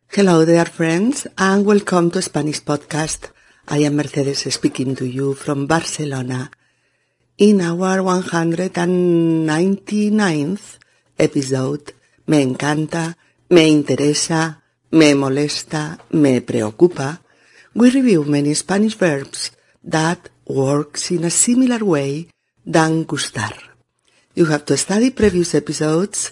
Hello there, friends, and welcome to Spanish Podcast. I am Mercedes speaking to you from Barcelona. In our 199th episode, me encanta, me interesa, me molesta, me preocupa, we review many Spanish verbs that works in a similar way than gustar. You have to study previous episodes,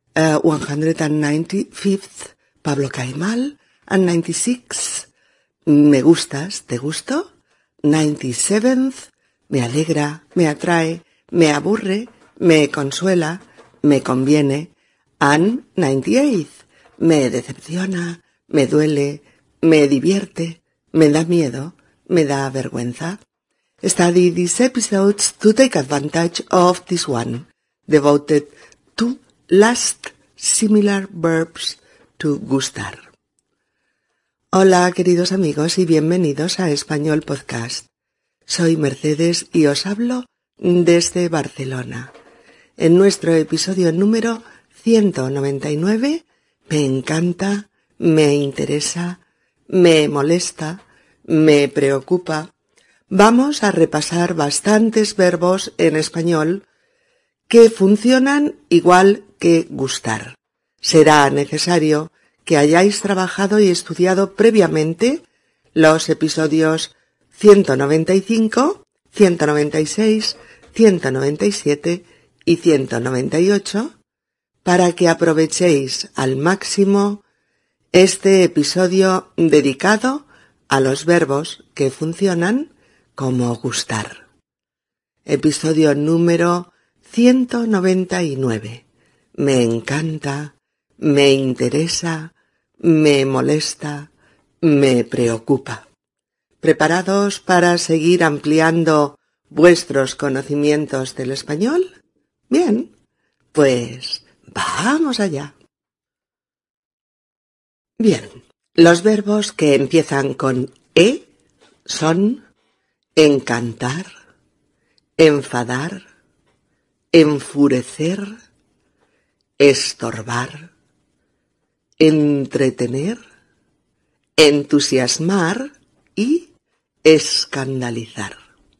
195th, Pablo Caimal, and 96, me gustas, ¿te gusto? 97th, me alegra, me atrae, me aburre, me consuela, me conviene, and 98th, me decepciona, me duele, me divierte, me da miedo, me da vergüenza. Study these episodes to take advantage of this one, devoted to last similar verbs to gustar. Hola, queridos amigos, y bienvenidos a Español Podcast. Soy Mercedes y os hablo desde Barcelona. En nuestro episodio número 199, me encanta, me interesa, me molesta, me preocupa. Vamos a repasar bastantes verbos en español que funcionan igual que gustar. Será necesario que hayáis trabajado y estudiado previamente los episodios 195, 196, 197 y 198 para que aprovechéis al máximo este episodio dedicado a los verbos que funcionan como gustar. Episodio número 199. Me encanta, me interesa, me molesta, me preocupa. ¿Preparados para seguir ampliando vuestros conocimientos del español? Bien, pues vamos allá. Bien, los verbos que empiezan con E son encantar, enfadar, enfurecer, estorbar, entretener, entusiasmar y escandalizar.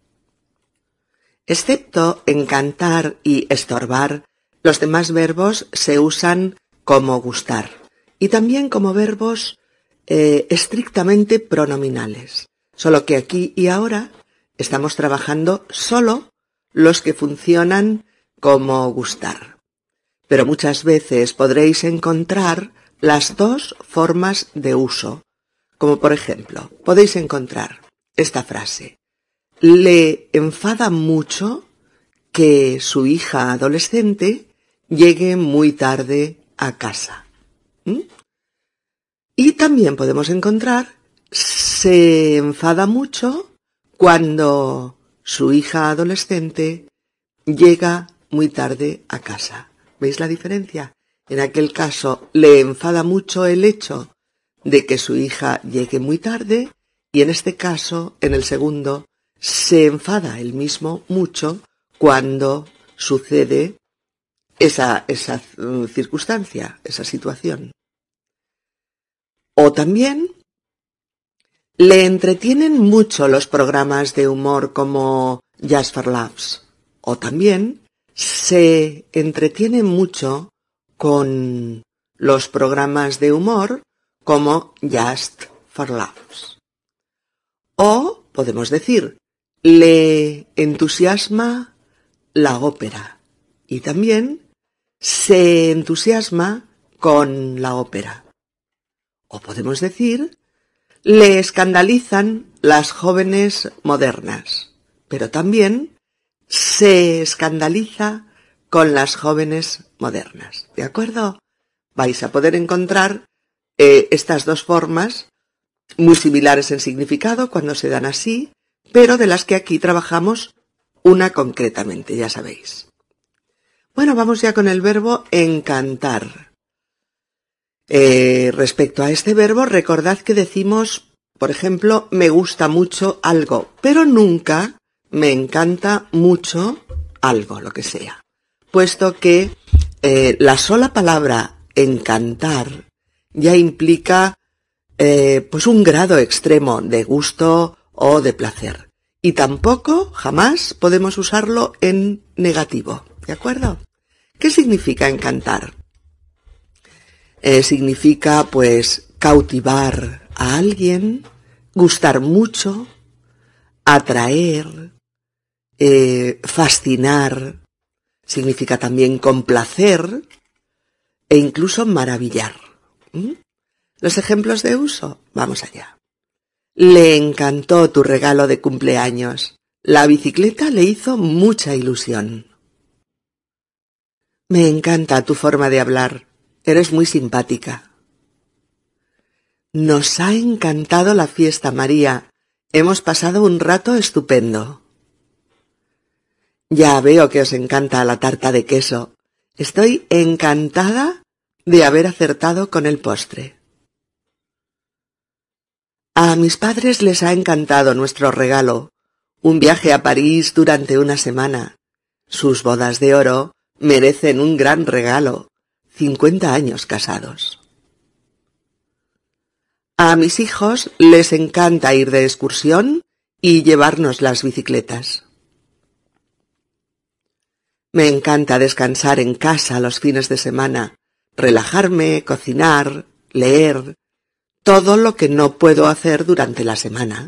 Excepto encantar y estorbar, los demás verbos se usan como gustar y también como verbos estrictamente pronominales, solo que aquí y ahora estamos trabajando solo los que funcionan como gustar. Pero muchas veces podréis encontrar las dos formas de uso, como por ejemplo, podéis encontrar esta frase: le enfada mucho que su hija adolescente llegue muy tarde a casa. Y también podemos encontrar se enfada mucho cuando su hija adolescente llega muy tarde a casa. ¿Veis la diferencia? En aquel caso le enfada mucho el hecho de que su hija llegue muy tarde y en este caso, en el segundo, se enfada él mismo mucho cuando sucede esa circunstancia, esa situación. O también le entretienen mucho los programas de humor como Just for Laughs. O también se entretiene mucho con los programas de humor como Just for Laughs. O podemos decir, le entusiasma la ópera y también se entusiasma con la ópera. O podemos decir, le escandalizan las jóvenes modernas, pero también se escandaliza con las jóvenes modernas. ¿De acuerdo? Vais a poder encontrar estas dos formas muy similares en significado cuando se dan así, pero de las que aquí trabajamos una concretamente, ya sabéis. Bueno, vamos ya con el verbo encantar. Respecto a este verbo, recordad que decimos, por ejemplo, me gusta mucho algo, pero nunca me encanta mucho algo, lo que sea, puesto que la sola palabra encantar ya implica pues un grado extremo de gusto o de placer. Y tampoco, jamás, podemos usarlo en negativo, ¿de acuerdo? ¿Qué significa encantar? Significa, pues, cautivar a alguien, gustar mucho, atraer, fascinar, significa también complacer e incluso maravillar. ¿Los ejemplos de uso? Vamos allá. Le encantó tu regalo de cumpleaños. La bicicleta le hizo mucha ilusión. Me encanta tu forma de hablar. Eres muy simpática. Nos ha encantado la fiesta, María. Hemos pasado un rato estupendo. Ya veo que os encanta la tarta de queso. Estoy encantada de haber acertado con el postre. A mis padres les ha encantado nuestro regalo, un viaje a París durante una semana. Sus bodas de oro merecen un gran regalo, 50 años casados. A mis hijos les encanta ir de excursión y llevarnos las bicicletas. Me encanta descansar en casa los fines de semana, relajarme, cocinar, leer, todo lo que no puedo hacer durante la semana.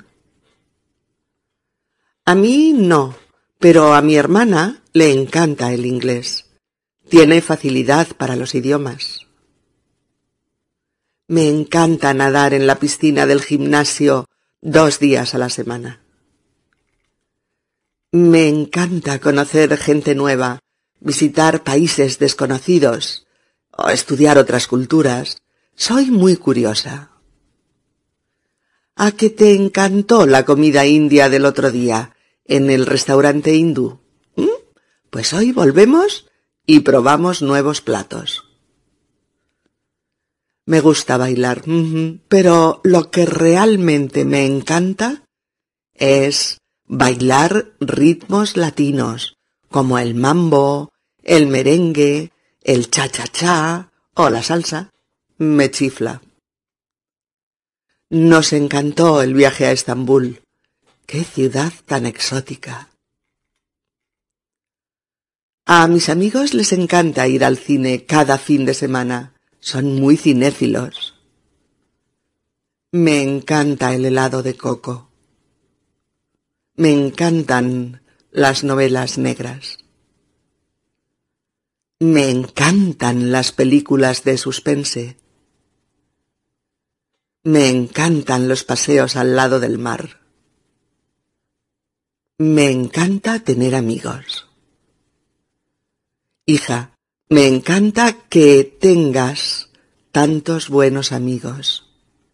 A mí no, pero a mi hermana le encanta el inglés. Tiene facilidad para los idiomas. Me encanta nadar en la piscina del gimnasio 2 días a la semana. Me encanta conocer gente nueva, visitar países desconocidos o estudiar otras culturas. Soy muy curiosa. ¿A qué te encantó la comida india del otro día en el restaurante hindú? Pues hoy volvemos y probamos nuevos platos. Me gusta bailar, pero lo que realmente me encanta es bailar ritmos latinos, como el mambo, el merengue, el cha-cha-cha o la salsa. Me chifla. Nos encantó el viaje a Estambul. ¡Qué ciudad tan exótica! A mis amigos les encanta ir al cine cada fin de semana. Son muy cinéfilos. Me encanta el helado de coco. Me encantan las novelas negras. Me encantan las películas de suspense. Me encantan los paseos al lado del mar. Me encanta tener amigos. Hija, me encanta que tengas tantos buenos amigos.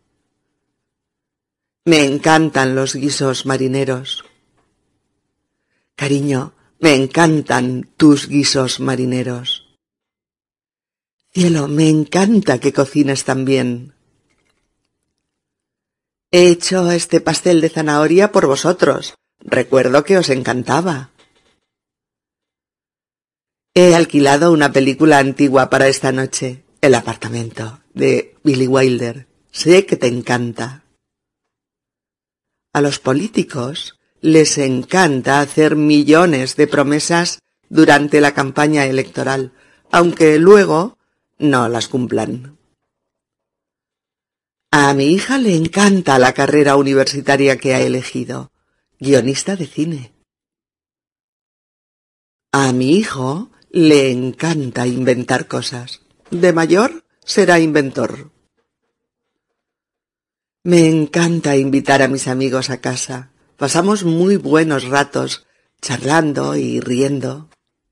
Me encantan los guisos marineros. Cariño, me encantan tus guisos marineros. Cielo, me encanta que cocines tan bien. He hecho este pastel de zanahoria por vosotros. Recuerdo que os encantaba. He alquilado una película antigua para esta noche, El apartamento, de Billy Wilder. Sé que te encanta. A los políticos les encanta hacer millones de promesas durante la campaña electoral, aunque luego no las cumplan. A mi hija le encanta la carrera universitaria que ha elegido, guionista de cine. A mi hijo le encanta inventar cosas. De mayor será inventor. Me encanta invitar a mis amigos a casa. Pasamos muy buenos ratos charlando y riendo.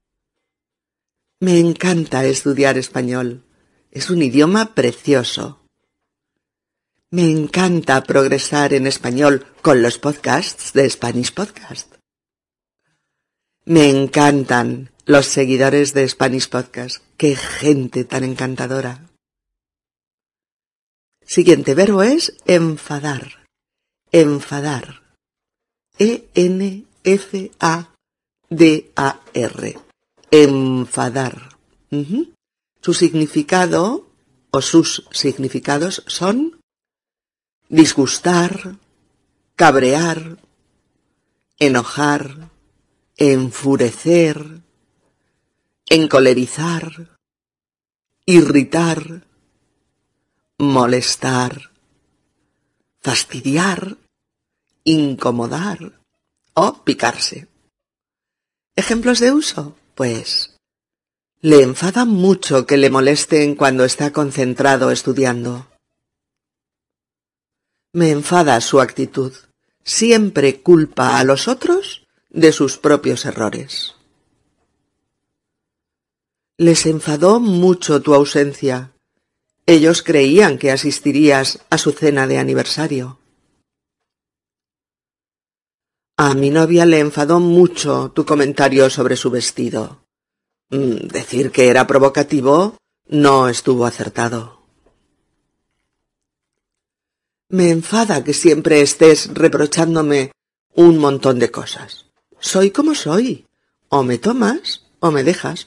Me encanta estudiar español. Es un idioma precioso. Me encanta progresar en español con los podcasts de Spanish Podcast. Me encantan los seguidores de Spanish Podcast. ¡Qué gente tan encantadora! Siguiente verbo es enfadar. Enfadar. E-N-F-A-D-A-R. Enfadar. Su significado o sus significados son disgustar, cabrear, enojar, enfurecer, encolerizar, irritar, molestar, fastidiar, incomodar o picarse. ¿Ejemplos de uso? Pues le enfada mucho que le molesten cuando está concentrado estudiando. Me enfada su actitud. Siempre culpa a los otros de sus propios errores. Les enfadó mucho tu ausencia. Ellos creían que asistirías a su cena de aniversario. A mi novia le enfadó mucho tu comentario sobre su vestido. Decir que era provocativo no estuvo acertado. Me enfada que siempre estés reprochándome un montón de cosas. Soy como soy. O me tomas o me dejas.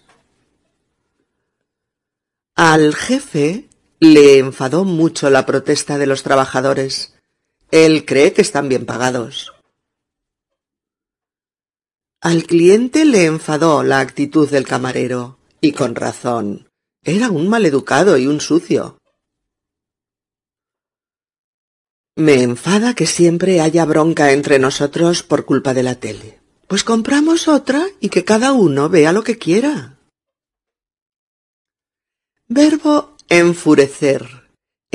Al jefe le enfadó mucho la protesta de los trabajadores. Él cree que están bien pagados. Al cliente le enfadó la actitud del camarero, y con razón. Era un maleducado y un sucio. Me enfada que siempre haya bronca entre nosotros por culpa de la tele. Pues compramos otra y que cada uno vea lo que quiera. Verbo enfurecer.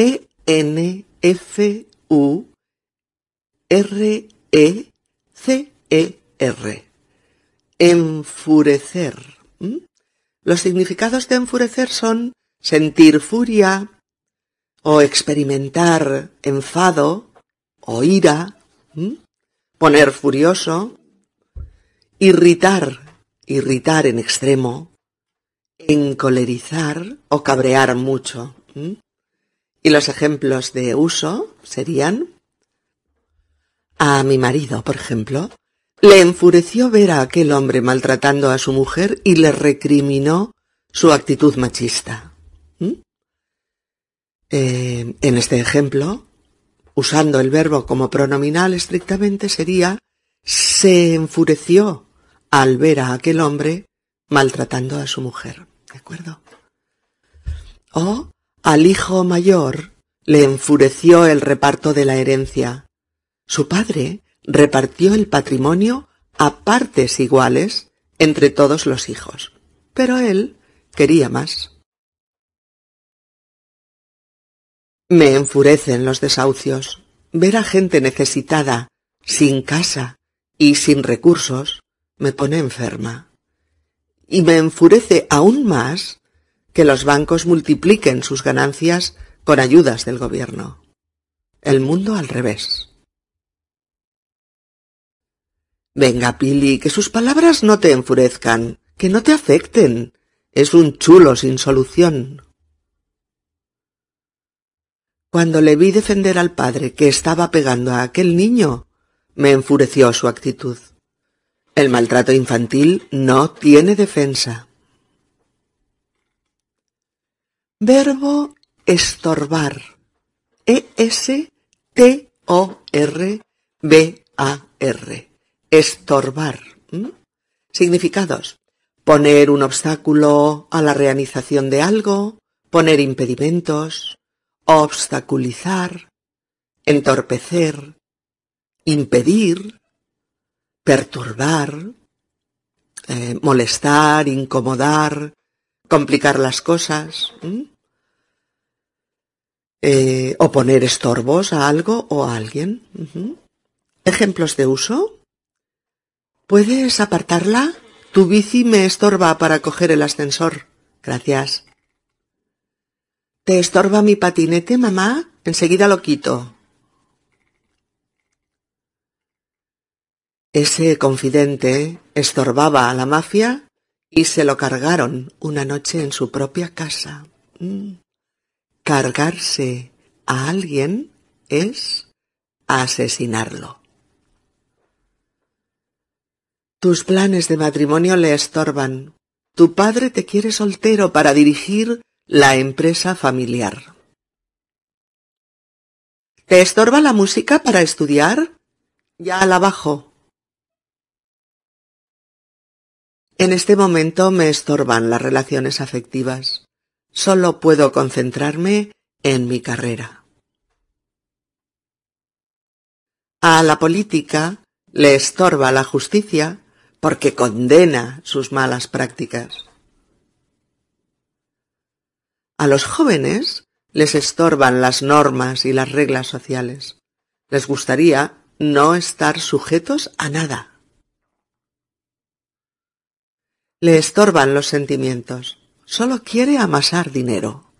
E-N-F-U-R-E-C-E-R. Enfurecer. Los significados de enfurecer son sentir furia o experimentar enfado o ira, poner furioso, irritar en extremo, encolerizar o cabrear mucho. Y los ejemplos de uso serían: a mi marido, por ejemplo, le enfureció ver a aquel hombre maltratando a su mujer y le recriminó su actitud machista. En este ejemplo, usando el verbo como pronominal estrictamente, sería: se enfureció al ver a aquel hombre maltratando a su mujer. ¿De acuerdo? O al hijo mayor le enfureció el reparto de la herencia. Su padre repartió el patrimonio a partes iguales entre todos los hijos, pero él quería más. Me enfurecen los desahucios. Ver a gente necesitada, sin casa y sin recursos, me pone enferma. Y me enfurece aún más que los bancos multipliquen sus ganancias con ayudas del gobierno. El mundo al revés. Venga, Pili, que sus palabras no te enfurezcan, que no te afecten. Es un chulo sin solución. Cuando le vi defender al padre que estaba pegando a aquel niño, me enfureció su actitud. El maltrato infantil no tiene defensa. Verbo estorbar. E-S-T-O-R-B-A-R. Estorbar. Significados: poner un obstáculo a la realización de algo, poner impedimentos, obstaculizar, entorpecer, impedir, perturbar, molestar, incomodar, complicar las cosas, o poner estorbos a algo o a alguien. ¿Ejemplos de uso? ¿Puedes apartarla? Tu bici me estorba para coger el ascensor. Gracias. ¿Te estorba mi patinete, mamá? Enseguida lo quito. Ese confidente estorbaba a la mafia y se lo cargaron una noche en su propia casa. Cargarse a alguien es asesinarlo. Tus planes de matrimonio le estorban. Tu padre te quiere soltero para dirigir la empresa familiar. ¿Te estorba la música para estudiar? Ya la bajo. En este momento me estorban las relaciones afectivas. Solo puedo concentrarme en mi carrera. A la política le estorba la justicia porque condena sus malas prácticas. A los jóvenes les estorban las normas y las reglas sociales. Les gustaría no estar sujetos a nada. Le estorban los sentimientos. Solo quiere amasar dinero.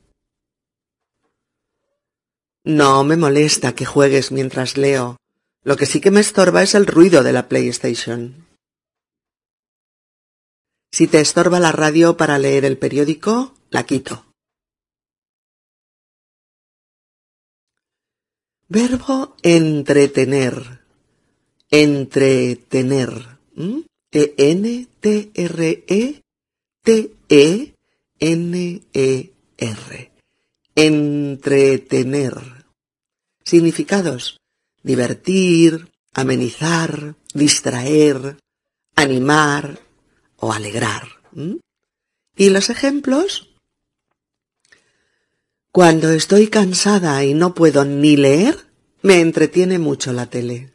No me molesta que juegues mientras leo. Lo que sí que me estorba es el ruido de la PlayStation. Si te estorba la radio para leer el periódico, la quito. Verbo entretener. Entretener. E-N-T-R-E-T-E-N-E-R. Entretener. Significados: divertir, amenizar, distraer, animar o alegrar. ¿Y los ejemplos? Cuando estoy cansada y no puedo ni leer, me entretiene mucho la tele.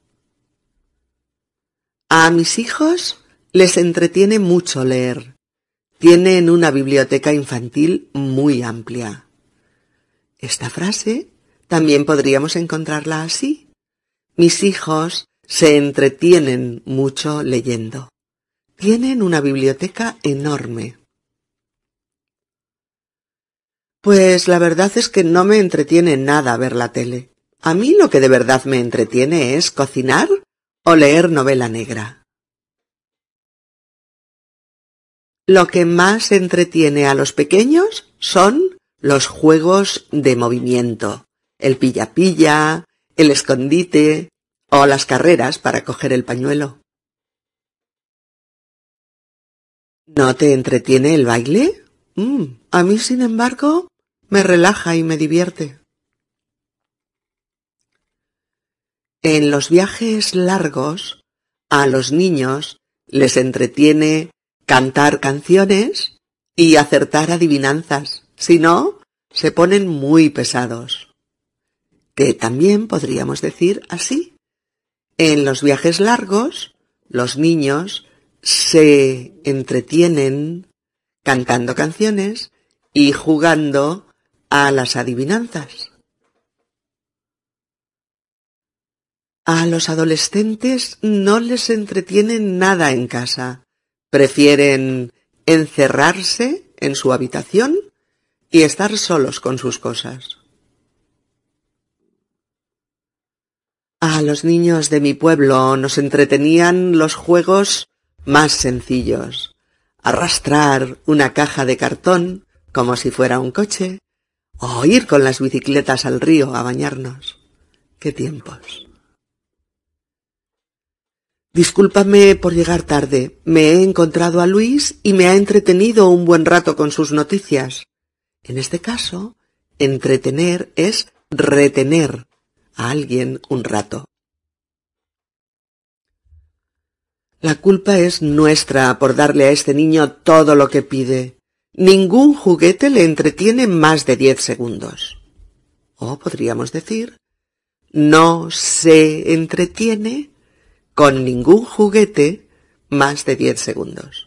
A mis hijos les entretiene mucho leer. Tienen una biblioteca infantil muy amplia. Esta frase también podríamos encontrarla así. Mis hijos se entretienen mucho leyendo. Tienen una biblioteca enorme. Pues la verdad es que no me entretiene nada ver la tele. A mí lo que de verdad me entretiene es cocinar o leer novela negra. Lo que más entretiene a los pequeños son los juegos de movimiento, el pilla-pilla, el escondite o las carreras para coger el pañuelo. ¿No te entretiene el baile? A mí, sin embargo, me relaja y me divierte. En los viajes largos, a los niños les entretiene cantar canciones y acertar adivinanzas. Si no, se ponen muy pesados. Que también podríamos decir así. En los viajes largos, los niños se entretienen cantando canciones y jugando a las adivinanzas. A los adolescentes no les entretiene nada en casa. Prefieren encerrarse en su habitación y estar solos con sus cosas. A los niños de mi pueblo nos entretenían los juegos más sencillos. Arrastrar una caja de cartón como si fuera un coche, o ir con las bicicletas al río a bañarnos. ¡Qué tiempos! Discúlpame por llegar tarde. Me he encontrado a Luis y me ha entretenido un buen rato con sus noticias. En este caso, entretener es retener a alguien un rato. La culpa es nuestra por darle a este niño todo lo que pide. Ningún juguete le entretiene más de 10 segundos. O podríamos decir, no se entretiene con ningún juguete más de 10 segundos.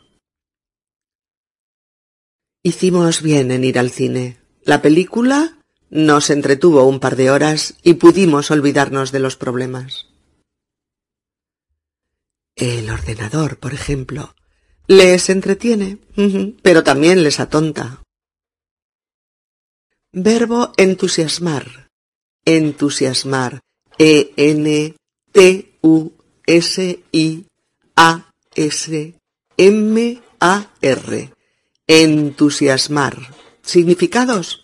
Hicimos bien en ir al cine. La película nos entretuvo un par de horas y pudimos olvidarnos de los problemas. El ordenador, por ejemplo, les entretiene, pero también les atonta. Verbo entusiasmar. Entusiasmar. E-N-T-U-S-I-A-S-M-A-R. Entusiasmar. ¿Significados?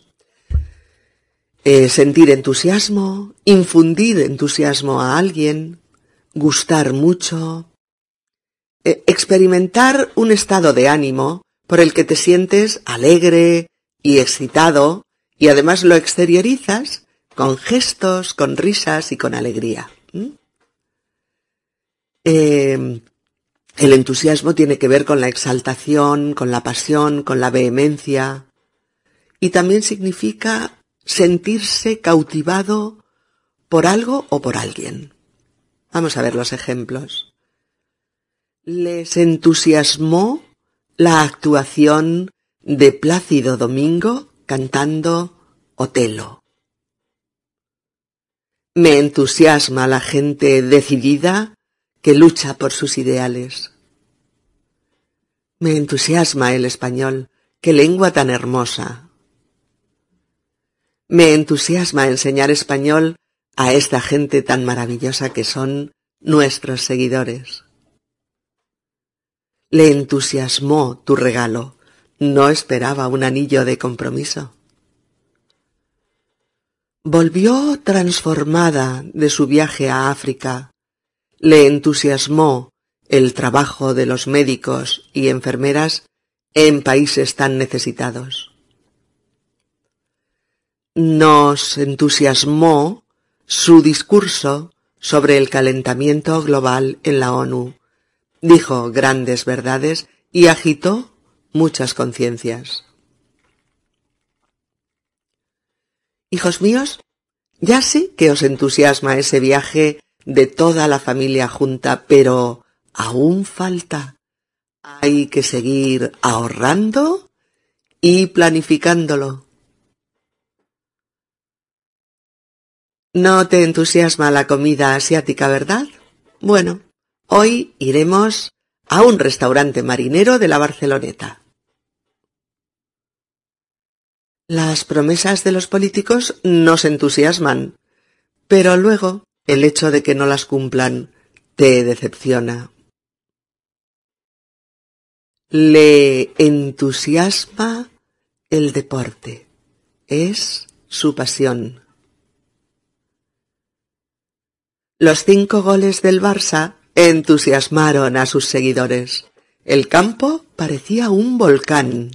Sentir entusiasmo, infundir entusiasmo a alguien, gustar mucho, experimentar un estado de ánimo por el que te sientes alegre y excitado y además lo exteriorizas con gestos, con risas y con alegría. El entusiasmo tiene que ver con la exaltación, con la pasión, con la vehemencia, y también significa sentirse cautivado por algo o por alguien. Vamos a ver los ejemplos. Les entusiasmó la actuación de Plácido Domingo cantando Otelo. Me entusiasma la gente decidida que lucha por sus ideales. Me entusiasma el español, qué lengua tan hermosa. Me entusiasma enseñar español a esta gente tan maravillosa que son nuestros seguidores. Le entusiasmó tu regalo, no esperaba un anillo de compromiso. Volvió transformada de su viaje a África. Le entusiasmó el trabajo de los médicos y enfermeras en países tan necesitados. Nos entusiasmó su discurso sobre el calentamiento global en la ONU. Dijo grandes verdades y agitó muchas conciencias. Hijos míos, ya sé que os entusiasma ese viaje de toda la familia junta, pero aún falta. Hay que seguir ahorrando y planificándolo. No te entusiasma la comida asiática, ¿verdad? Bueno, hoy iremos a un restaurante marinero de la Barceloneta. Las promesas de los políticos nos entusiasman, pero luego el hecho de que no las cumplan te decepciona. Le entusiasma el deporte, es su pasión. Los 5 goles del Barça entusiasmaron a sus seguidores. El campo parecía un volcán.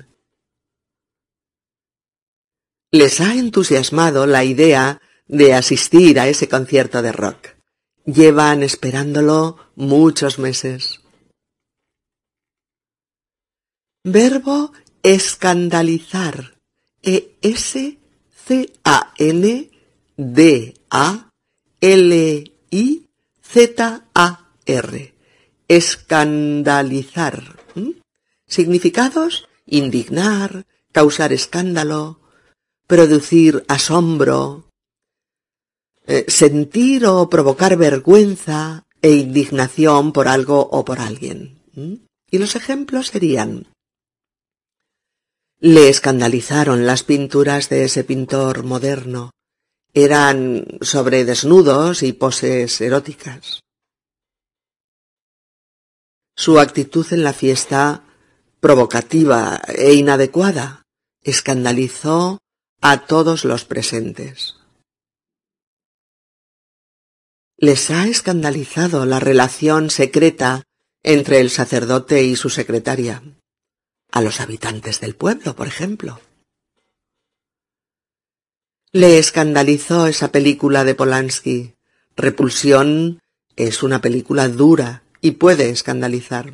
Les ha entusiasmado la idea de asistir a ese concierto de rock. Llevan esperándolo muchos meses. Verbo escandalizar. E-S-C-A-N-D-A-L-I-Z-A-R. Escandalizar. Significados: indignar, causar escándalo, producir asombro, sentir o provocar vergüenza e indignación por algo o por alguien. Y los ejemplos serían: le escandalizaron las pinturas de ese pintor moderno. Eran sobre desnudos y poses eróticas. Su actitud en la fiesta, provocativa e inadecuada, escandalizó a todos los presentes. Les ha escandalizado la relación secreta entre el sacerdote y su secretaria. A los habitantes del pueblo, por ejemplo. Le escandalizó esa película de Polanski. Repulsión es una película dura y puede escandalizar.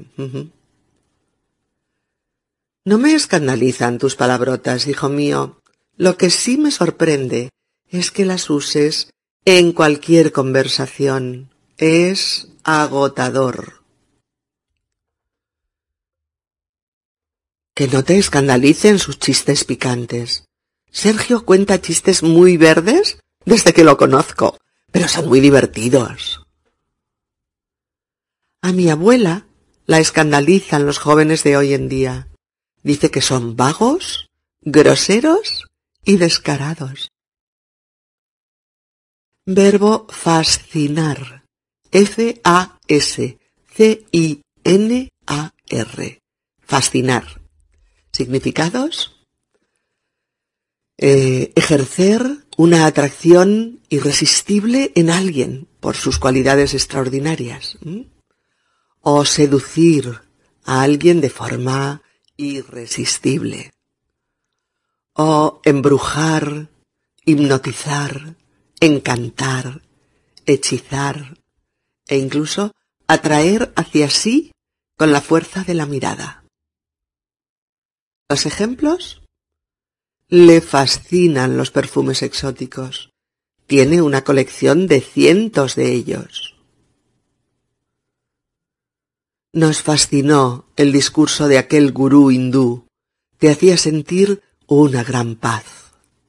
No me escandalizan tus palabrotas, hijo mío. Lo que sí me sorprende es que las uses en cualquier conversación. Es agotador. Que no te escandalicen sus chistes picantes. Sergio cuenta chistes muy verdes desde que lo conozco, pero son muy divertidos. A mi abuela la escandalizan los jóvenes de hoy en día. Dice que son vagos, groseros y descarados. Verbo fascinar. F-A-S-C-I-N-A-R. Fascinar. Significados: ejercer una atracción irresistible en alguien por sus cualidades extraordinarias. O seducir a alguien de forma irresistible. O embrujar, hipnotizar, encantar, hechizar e incluso atraer hacia sí con la fuerza de la mirada. ¿Los ejemplos? Le fascinan los perfumes exóticos. Tiene una colección de cientos de ellos. Nos fascinó el discurso de aquel gurú hindú. Te hacía sentir una gran paz.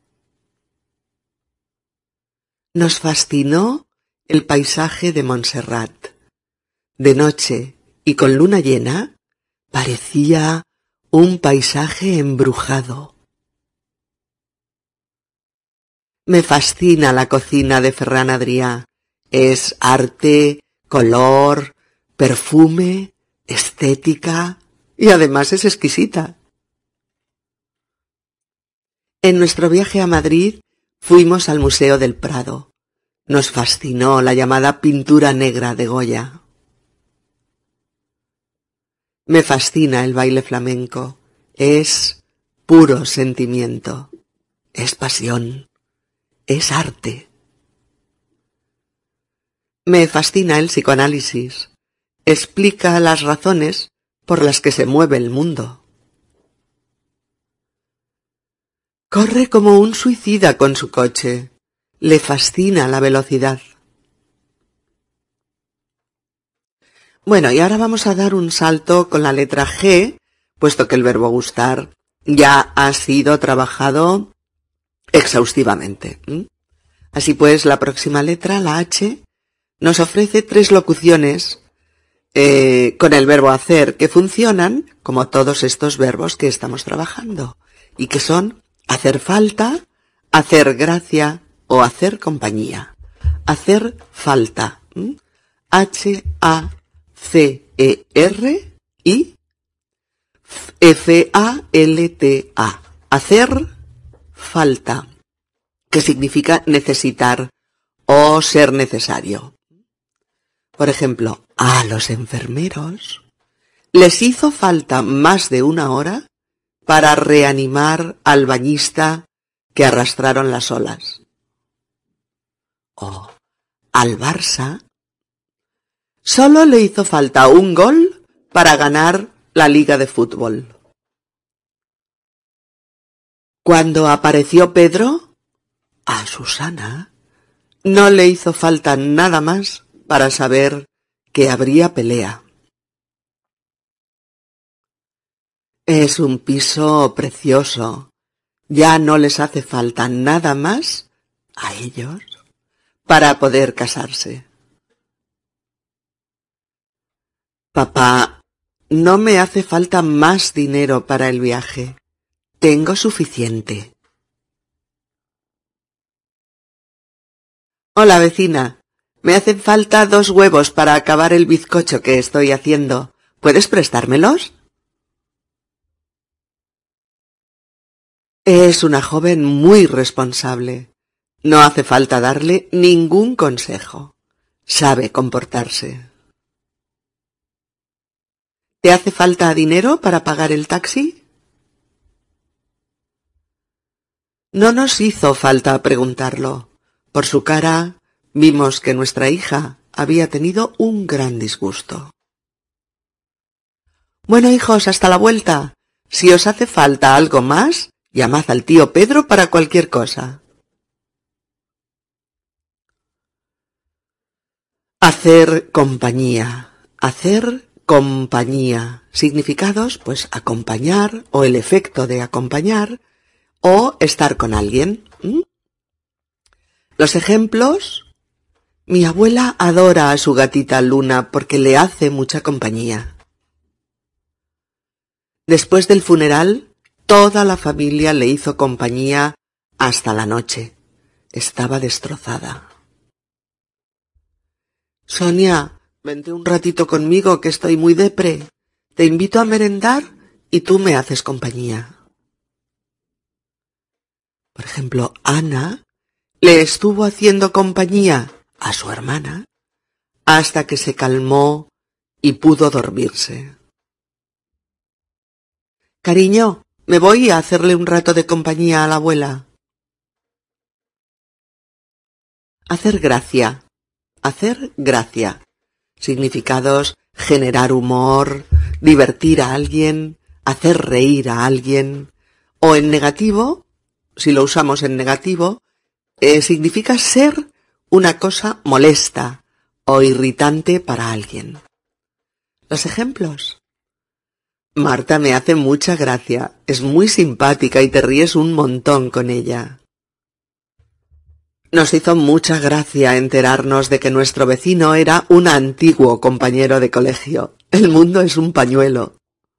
Nos fascinó el paisaje de Montserrat. De noche y con luna llena, parecía un paisaje embrujado. Me fascina la cocina de Ferran Adrià. Es arte, color, perfume, estética y además es exquisita. En nuestro viaje a Madrid fuimos al Museo del Prado. Nos fascinó la llamada pintura negra de Goya. Me fascina el baile flamenco. Es puro sentimiento. Es pasión. Es arte. Me fascina el psicoanálisis. Explica las razones por las que se mueve el mundo. Corre como un suicida con su coche. Le fascina la velocidad. Bueno, y ahora vamos a dar un salto con la letra G, puesto que el verbo gustar ya ha sido trabajado exhaustivamente. Así pues, la próxima letra, la H, nos ofrece 3 locuciones con el verbo hacer que funcionan como todos estos verbos que estamos trabajando y que son hacer falta, hacer gracia o hacer compañía. Hacer falta. H-A-C-E-R y F-A-L-T-A. Hacer falta, que significa necesitar o ser necesario. Por ejemplo, a los enfermeros les hizo falta más de 1 hora para reanimar al bañista que arrastraron las olas. O al Barça solo le hizo falta 1 gol para ganar la Liga de Fútbol. Cuando apareció Pedro, a Susana no le hizo falta nada más para saber que habría pelea. Es un piso precioso. Ya no les hace falta nada más a ellos para poder casarse. Papá, no me hace falta más dinero para el viaje. Tengo suficiente. Hola, vecina. Me hacen falta 2 huevos para acabar el bizcocho que estoy haciendo. ¿Puedes prestármelos? Es una joven muy responsable. No hace falta darle ningún consejo. Sabe comportarse. ¿Te hace falta dinero para pagar el taxi? No nos hizo falta preguntarlo. Por su cara vimos que nuestra hija había tenido un gran disgusto. Bueno, hijos, hasta la vuelta. Si os hace falta algo más, llamad al tío Pedro para cualquier cosa. Hacer compañía. Hacer compañía. Significados, pues acompañar o el efecto de acompañar o estar con alguien. Los ejemplos. Mi abuela adora a su gatita Luna porque le hace mucha compañía. Después del funeral, toda la familia le hizo compañía hasta la noche. Estaba destrozada. Sonia, vente un ratito conmigo que estoy muy depre. Te invito a merendar y tú me haces compañía. Por ejemplo, Ana le estuvo haciendo compañía a su hermana hasta que se calmó y pudo dormirse. Cariño, me voy a hacerle un rato de compañía a la abuela. Hacer gracia. Hacer gracia. Significados: generar humor, divertir a alguien, hacer reír a alguien. O en negativo, si lo usamos en negativo, significa ser una cosa molesta o irritante para alguien. Los ejemplos: Marta me hace mucha gracia, es muy simpática y te ríes un montón con ella. Nos hizo mucha gracia enterarnos de que nuestro vecino era un antiguo compañero de colegio. El mundo es un pañuelo.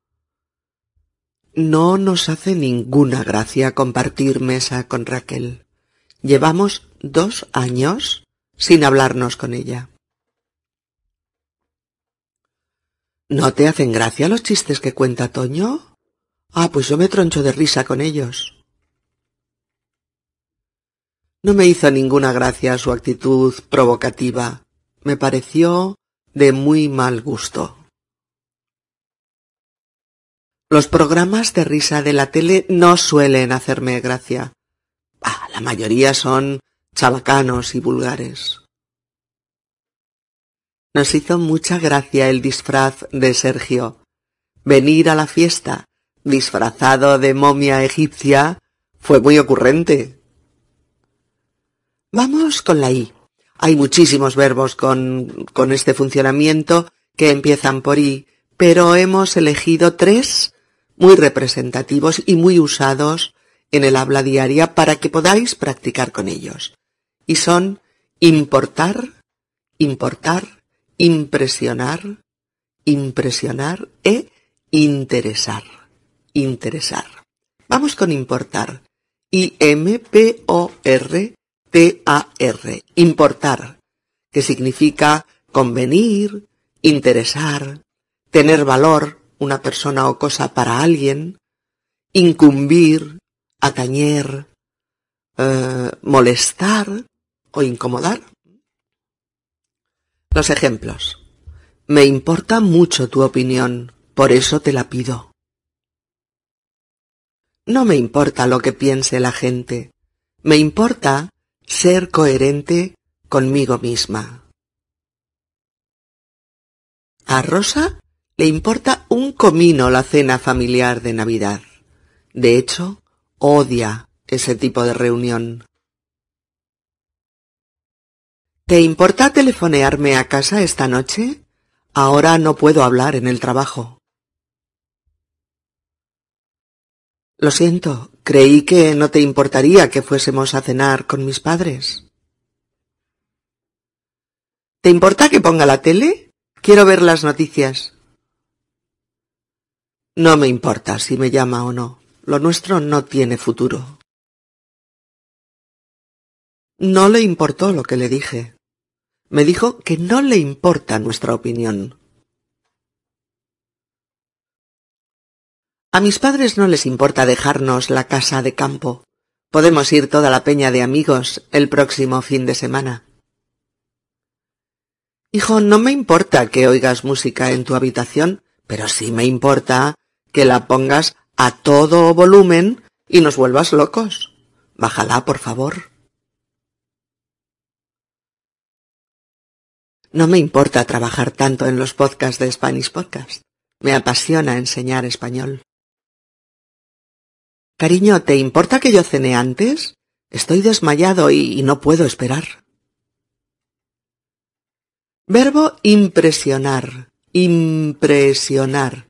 No nos hace ninguna gracia compartir mesa con Raquel. Llevamos 2 años sin hablarnos con ella. ¿No te hacen gracia los chistes que cuenta Toño? Pues yo me troncho de risa con ellos. No me hizo ninguna gracia su actitud provocativa. Me pareció de muy mal gusto. Los programas de risa de la tele no suelen hacerme gracia. La mayoría son chabacanos y vulgares. Nos hizo mucha gracia el disfraz de Sergio. Venir a la fiesta disfrazado de momia egipcia fue muy ocurrente. Vamos con la I. Hay muchísimos verbos con este funcionamiento que empiezan por I, pero hemos elegido 3 muy representativos y muy usados en el habla diaria para que podáis practicar con ellos. Y son importar, impresionar e interesar. Vamos con importar. Importar, que significa convenir, interesar, tener valor, una persona o cosa para alguien, incumbir, atañer, molestar o incomodar. Los ejemplos: me importa mucho tu opinión, por eso te la pido. No me importa lo que piense la gente, me importa ser coherente conmigo misma. A Rosa le importa un comino la cena familiar de Navidad. De hecho, odia ese tipo de reunión. ¿Te importa telefonearme a casa esta noche? Ahora no puedo hablar en el trabajo. Lo siento, creí que no te importaría que fuésemos a cenar con mis padres. ¿Te importa que ponga la tele? Quiero ver las noticias. No me importa si me llama o no. Lo nuestro no tiene futuro. No le importó lo que le dije. Me dijo que no le importa nuestra opinión. A mis padres no les importa dejarnos la casa de campo. Podemos ir toda la peña de amigos el próximo fin de semana. Hijo, no me importa que oigas música en tu habitación, pero sí me importa que la pongas a todo volumen y nos vuelvas locos. Bájala, por favor. No me importa trabajar tanto en los podcasts de Spanish Podcast. Me apasiona enseñar español. Cariño, ¿te importa que yo cene antes? Estoy desmayado y no puedo esperar. Verbo impresionar. Impresionar.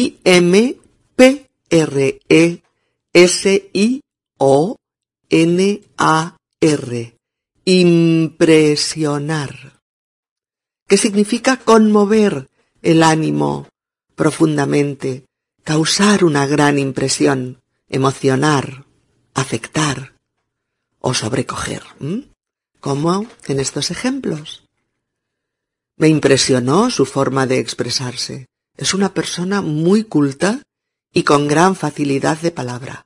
I-M-P-R-E-S-I-O-N-A-R. Impresionar. Que significa conmover el ánimo profundamente, causar una gran impresión, emocionar, afectar o sobrecoger. ¿Cómo en estos ejemplos? Me impresionó su forma de expresarse. Es una persona muy culta y con gran facilidad de palabra.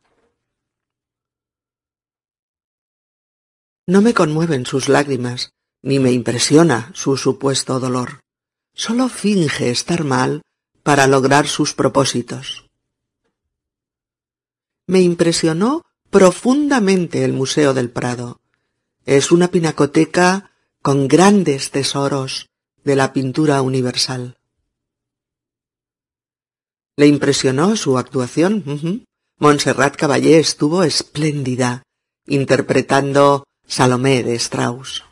No me conmueven sus lágrimas, ni me impresiona su supuesto dolor. Solo finge estar mal para lograr sus propósitos. Me impresionó profundamente el Museo del Prado. Es una pinacoteca con grandes tesoros de la pintura universal. ¿Le impresionó su actuación? Montserrat Caballé estuvo espléndida, interpretando Salomé de Strauss.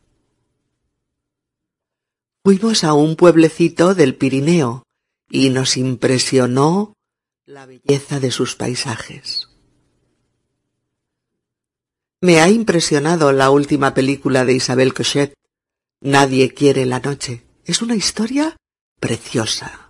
Fuimos a un pueblecito del Pirineo y nos impresionó la belleza de sus paisajes. Me ha impresionado la última película de Isabel Cochet, Nadie quiere la noche. Es una historia preciosa.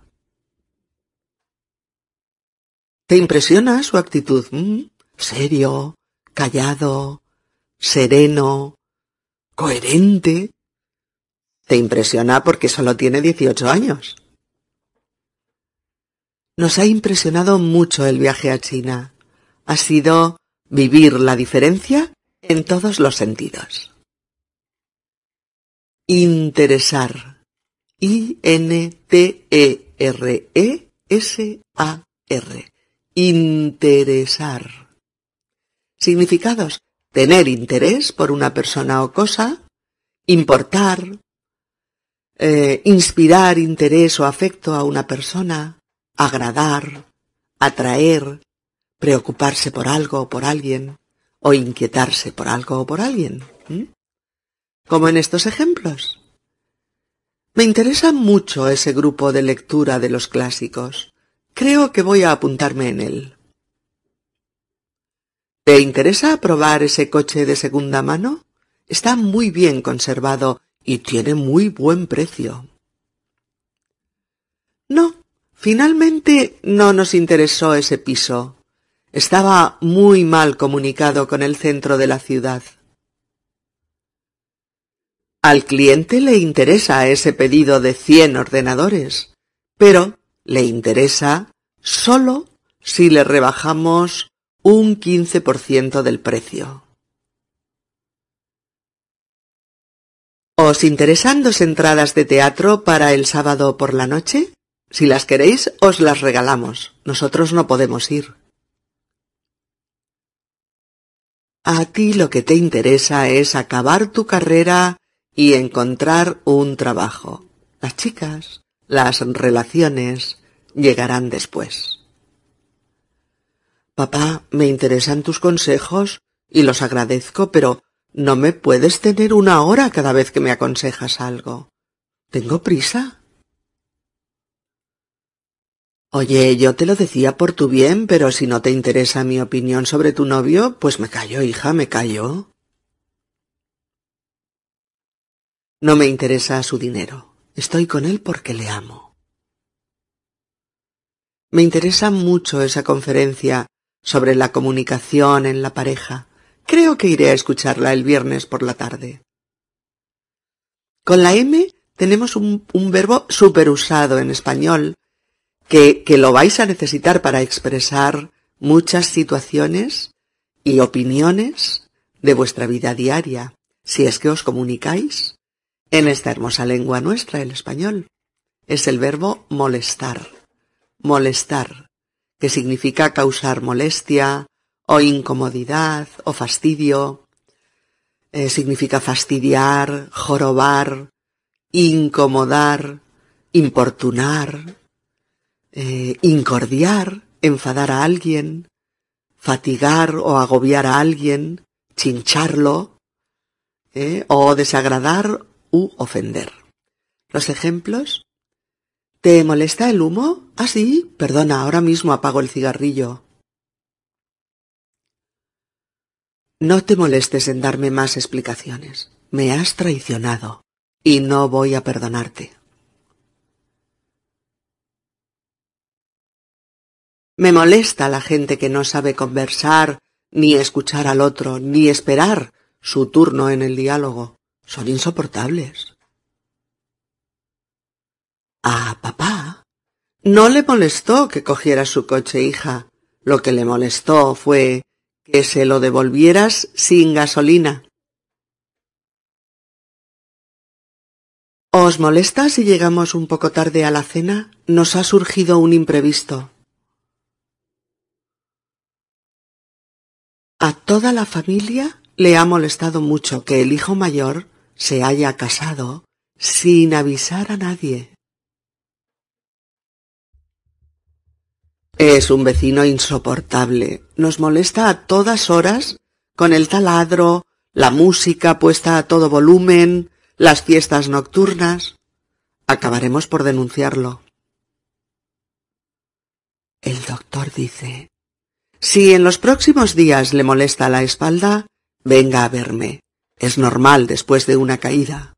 ¿Te impresiona su actitud? Serio, callado, sereno, coherente. Te impresiona porque solo tiene 18 años. Nos ha impresionado mucho el viaje a China. Ha sido vivir la diferencia en todos los sentidos. Interesar. I-N-T-E-R-E-S-A-R. Interesar. Significados: tener interés por una persona o cosa, importar, inspirar interés o afecto a una persona, agradar, atraer, preocuparse por algo o por alguien, o inquietarse por algo o por alguien. Como en estos ejemplos. Me interesa mucho ese grupo de lectura de los clásicos. Creo que voy a apuntarme en él. ¿Te interesa probar ese coche de segunda mano? Está muy bien conservado y tiene muy buen precio. No, finalmente no nos interesó ese piso. Estaba muy mal comunicado con el centro de la ciudad. Al cliente le interesa ese pedido de 100 ordenadores, pero le interesa solo si le rebajamos un 15% del precio. ¿Os interesan 2 entradas de teatro para el sábado por la noche? Si las queréis, os las regalamos. Nosotros no podemos ir. A ti lo que te interesa es acabar tu carrera y encontrar un trabajo. Las chicas, las relaciones, llegarán después. Papá, me interesan tus consejos y los agradezco, pero no me puedes tener 1 hora cada vez que me aconsejas algo. Tengo prisa. Oye, yo te lo decía por tu bien, pero si no te interesa mi opinión sobre tu novio, pues me callo, hija, me callo. No me interesa su dinero. Estoy con él porque le amo. Me interesa mucho esa conferencia sobre la comunicación en la pareja. Creo que iré a escucharla el viernes por la tarde. Con la M tenemos un verbo superusado en español que lo vais a necesitar para expresar muchas situaciones y opiniones de vuestra vida diaria, si es que os comunicáis en esta hermosa lengua nuestra, el español. Es el verbo molestar. Molestar, que significa causar molestia o incomodidad o fastidio. Significa fastidiar, jorobar, incomodar, importunar, incordiar, enfadar a alguien, fatigar o agobiar a alguien, chincharlo, o desagradar u ofender. Los ejemplos: ¿te molesta el humo? Ah, sí, perdona, ahora mismo apago el cigarrillo. No te molestes en darme más explicaciones. Me has traicionado y no voy a perdonarte. Me molesta la gente que no sabe conversar, ni escuchar al otro, ni esperar su turno en el diálogo. Son insoportables. Ah, papá, no le molestó que cogieras su coche, hija. Lo que le molestó fue que se lo devolvieras sin gasolina. ¿Os molesta si llegamos un poco tarde a la cena? Nos ha surgido un imprevisto. A toda la familia le ha molestado mucho que el hijo mayor se haya casado sin avisar a nadie. Es un vecino insoportable. Nos molesta a todas horas con el taladro, la música puesta a todo volumen, las fiestas nocturnas. Acabaremos por denunciarlo. El doctor dice: si en los próximos días le molesta la espalda, venga a verme. Es normal después de una caída.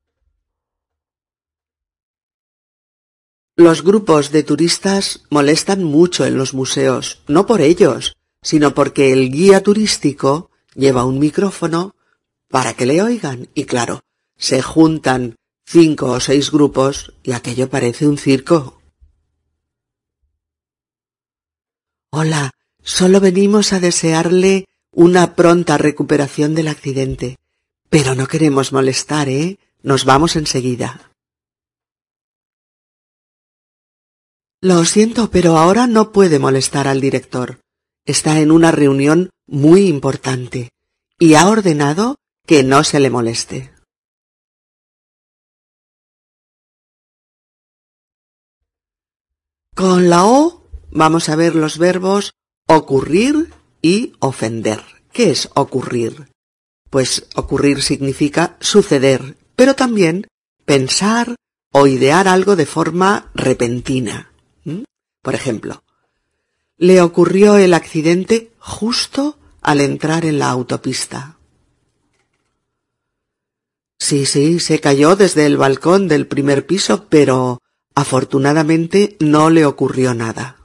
Los grupos de turistas molestan mucho en los museos, no por ellos, sino porque el guía turístico lleva un micrófono para que le oigan y, claro, se juntan 5 o 6 grupos y aquello parece un circo. Hola, solo venimos a desearle una pronta recuperación del accidente. Pero no queremos molestar, ¿eh? Nos vamos enseguida. Lo siento, pero ahora no puede molestar al director. Está en una reunión muy importante y ha ordenado que no se le moleste. Con la O vamos a ver los verbos ocurrir y ofender. ¿Qué es ocurrir? Pues ocurrir significa suceder, pero también pensar o idear algo de forma repentina. Por ejemplo, le ocurrió el accidente justo al entrar en la autopista. Sí, se cayó desde el balcón del primer piso, pero afortunadamente no le ocurrió nada.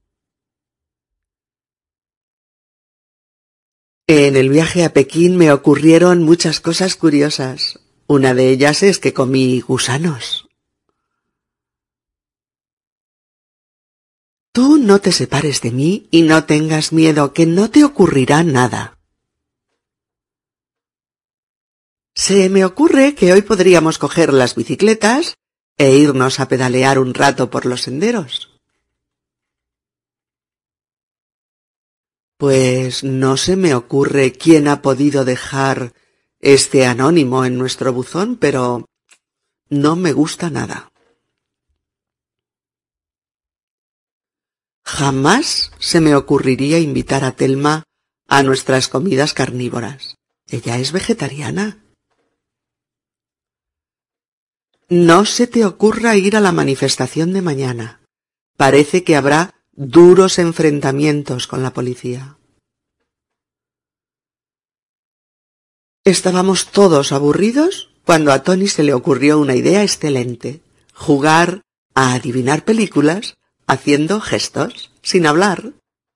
En el viaje a Pekín me ocurrieron muchas cosas curiosas. Una de ellas es que comí gusanos. Tú no te separes de mí y no tengas miedo, que no te ocurrirá nada. Se me ocurre que hoy podríamos coger las bicicletas e irnos a pedalear un rato por los senderos. Pues no se me ocurre quién ha podido dejar este anónimo en nuestro buzón, pero no me gusta nada. Jamás se me ocurriría invitar a Telma a nuestras comidas carnívoras. Ella es vegetariana. No se te ocurra ir a la manifestación de mañana. Parece que habrá duros enfrentamientos con la policía. Estábamos todos aburridos cuando a Tony se le ocurrió una idea excelente: jugar a adivinar películas haciendo gestos, sin hablar.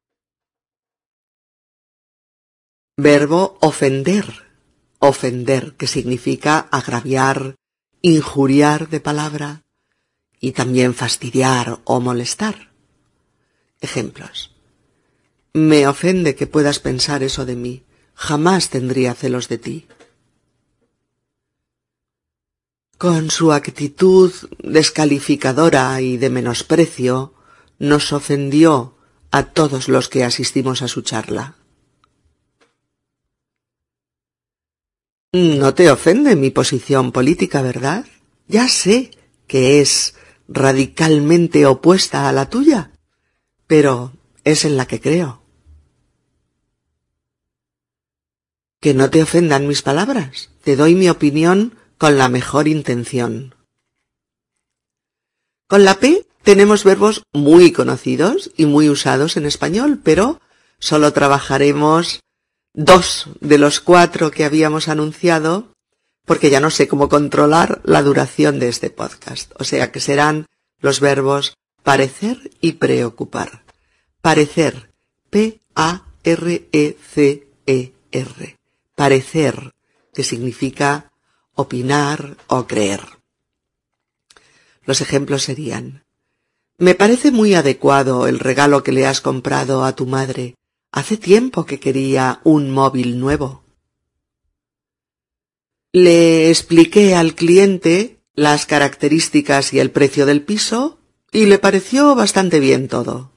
Verbo ofender. Ofender, que significa agraviar, injuriar de palabra y también fastidiar o molestar. Ejemplos. Me ofende que puedas pensar eso de mí. Jamás tendría celos de ti. Con su actitud descalificadora y de menosprecio, nos ofendió a todos los que asistimos a su charla. No te ofende mi posición política, ¿verdad? Ya sé que es radicalmente opuesta a la tuya, pero es en la que creo. Que no te ofendan mis palabras. Te doy mi opinión con la mejor intención. Con la P tenemos verbos muy conocidos y muy usados en español, pero solo trabajaremos 2 de los 4 que habíamos anunciado, porque ya no sé cómo controlar la duración de este podcast. O sea que serán los verbos parecer y preocupar. Parecer, P-A-R-E-C-E-R. Parecer, que significa opinar o creer. Los ejemplos serían: me parece muy adecuado el regalo que le has comprado a tu madre. Hace tiempo que quería un móvil nuevo. Le expliqué al cliente las características y el precio del piso y le pareció bastante bien todo.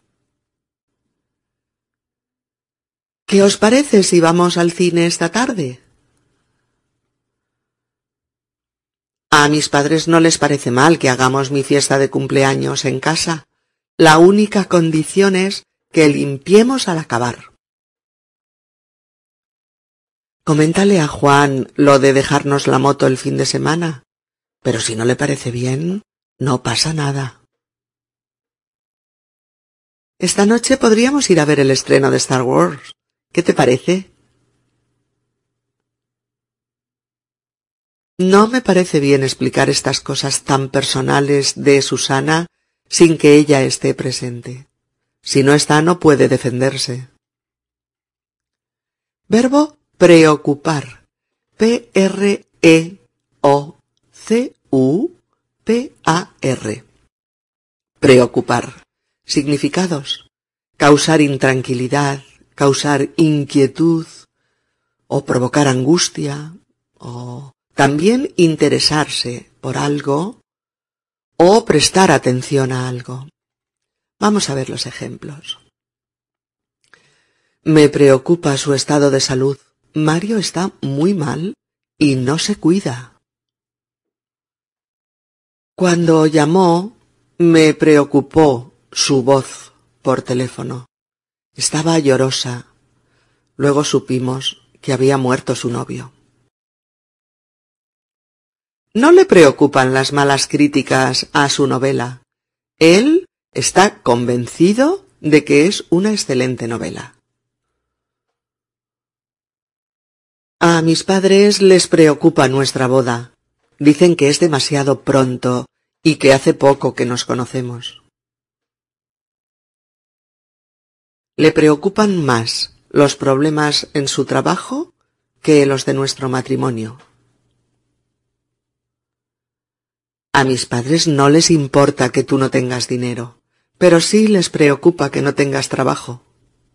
¿Qué os parece si vamos al cine esta tarde? A mis padres no les parece mal que hagamos mi fiesta de cumpleaños en casa. La única condición es que limpiemos al acabar. Coméntale a Juan lo de dejarnos la moto el fin de semana, pero si no le parece bien, no pasa nada. Esta noche podríamos ir a ver el estreno de Star Wars. ¿Qué te parece? No me parece bien explicar estas cosas tan personales de Susana sin que ella esté presente. Si no está, no puede defenderse. Verbo preocupar. P-R-E-O-C-U-P-A-R. Preocupar. Significados: causar intranquilidad, causar inquietud, o provocar angustia, o también interesarse por algo, o prestar atención a algo. Vamos a ver los ejemplos. Me preocupa su estado de salud. Mario está muy mal y no se cuida. Cuando llamó, me preocupó su voz por teléfono. Estaba llorosa. Luego supimos que había muerto su novio. No le preocupan las malas críticas a su novela. Él está convencido de que es una excelente novela. A mis padres les preocupa nuestra boda. Dicen que es demasiado pronto y que hace poco que nos conocemos. Le preocupan más los problemas en su trabajo que los de nuestro matrimonio. A mis padres no les importa que tú no tengas dinero, pero sí les preocupa que no tengas trabajo.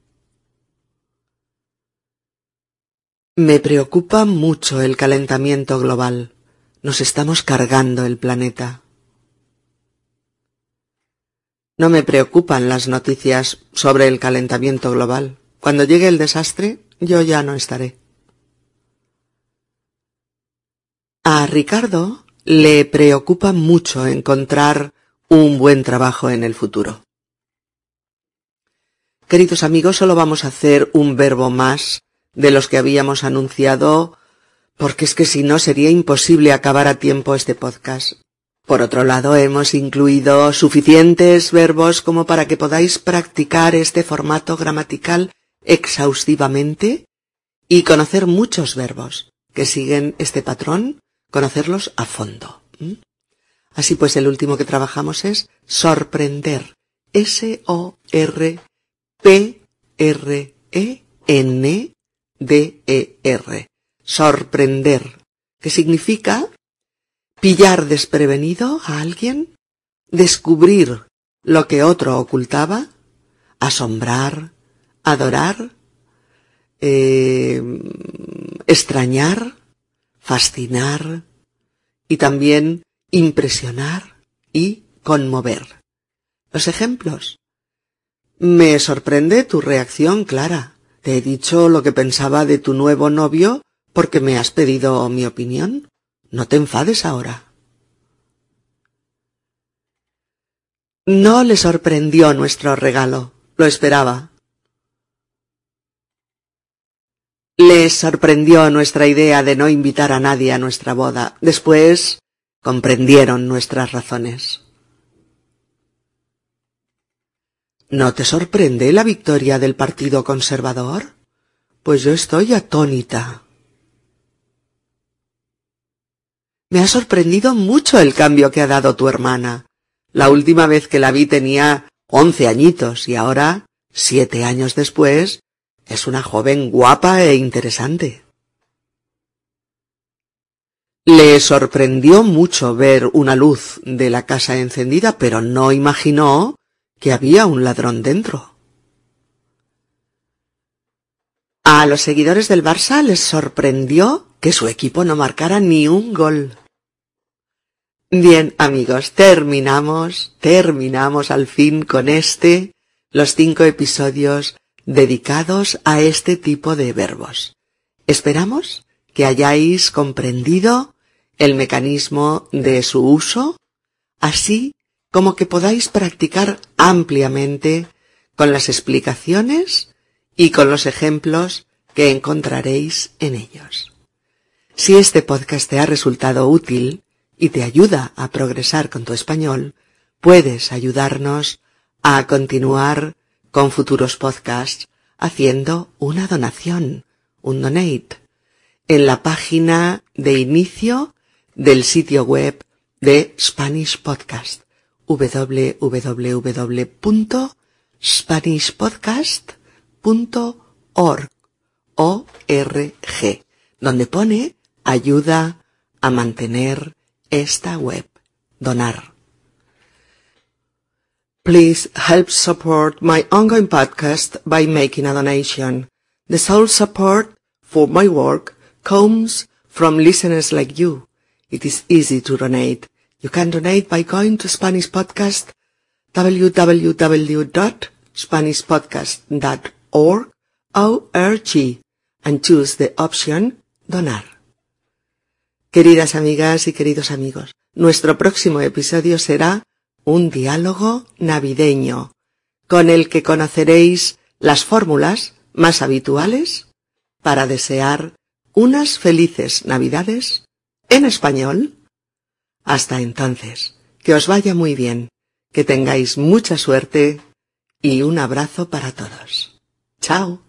Me preocupa mucho el calentamiento global. Nos estamos cargando el planeta. No me preocupan las noticias sobre el calentamiento global. Cuando llegue el desastre, yo ya no estaré. A Ricardo le preocupa mucho encontrar un buen trabajo en el futuro. Queridos amigos, solo vamos a hacer un verbo más de los que habíamos anunciado, porque es que si no sería imposible acabar a tiempo este podcast. Por otro lado, hemos incluido suficientes verbos como para que podáis practicar este formato gramatical exhaustivamente y conocer muchos verbos que siguen este patrón, conocerlos a fondo. Así pues, el último que trabajamos es sorprender. S-O-R-P-R-E-N-D-E-R. Sorprender, que significa pillar desprevenido a alguien, descubrir lo que otro ocultaba, asombrar, adorar, extrañar, fascinar y también impresionar y conmover. Los ejemplos. Me sorprende tu reacción, Clara. Te he dicho lo que pensaba de tu nuevo novio porque me has pedido mi opinión. No te enfades ahora. No le sorprendió nuestro regalo. Lo esperaba. Les sorprendió nuestra idea de no invitar a nadie a nuestra boda. Después comprendieron nuestras razones. ¿No te sorprende la victoria del Partido Conservador? Pues yo estoy atónita. Me ha sorprendido mucho el cambio que ha dado tu hermana. La última vez que la vi tenía 11 añitos y ahora, 7 años después, es una joven guapa e interesante. Le sorprendió mucho ver una luz de la casa encendida, pero no imaginó que había un ladrón dentro. A los seguidores del Barça les sorprendió que su equipo no marcara ni un gol. Bien, amigos, terminamos al fin con los 5 episodios dedicados a este tipo de verbos. Esperamos que hayáis comprendido el mecanismo de su uso, así como que podáis practicar ampliamente con las explicaciones y con los ejemplos que encontraréis en ellos. Si este podcast te ha resultado útil y te ayuda a progresar con tu español, puedes ayudarnos a continuar con futuros podcasts haciendo una donación, un donate, en la página de inicio del sitio web de Spanish Podcast, www.spanishpodcast.org, donde pone ayuda a mantener esta web, donar. Please help support my ongoing podcast by making a donation. The sole support for my work comes from listeners like you. It is easy to donate. You can donate by going to Spanish Podcast, www.spanishpodcast.org, and choose the option Donar. Queridas amigas y queridos amigos, nuestro próximo episodio será un diálogo navideño, con el que conoceréis las fórmulas más habituales para desear unas felices Navidades en español. Hasta entonces, que os vaya muy bien, que tengáis mucha suerte y un abrazo para todos. ¡Chao!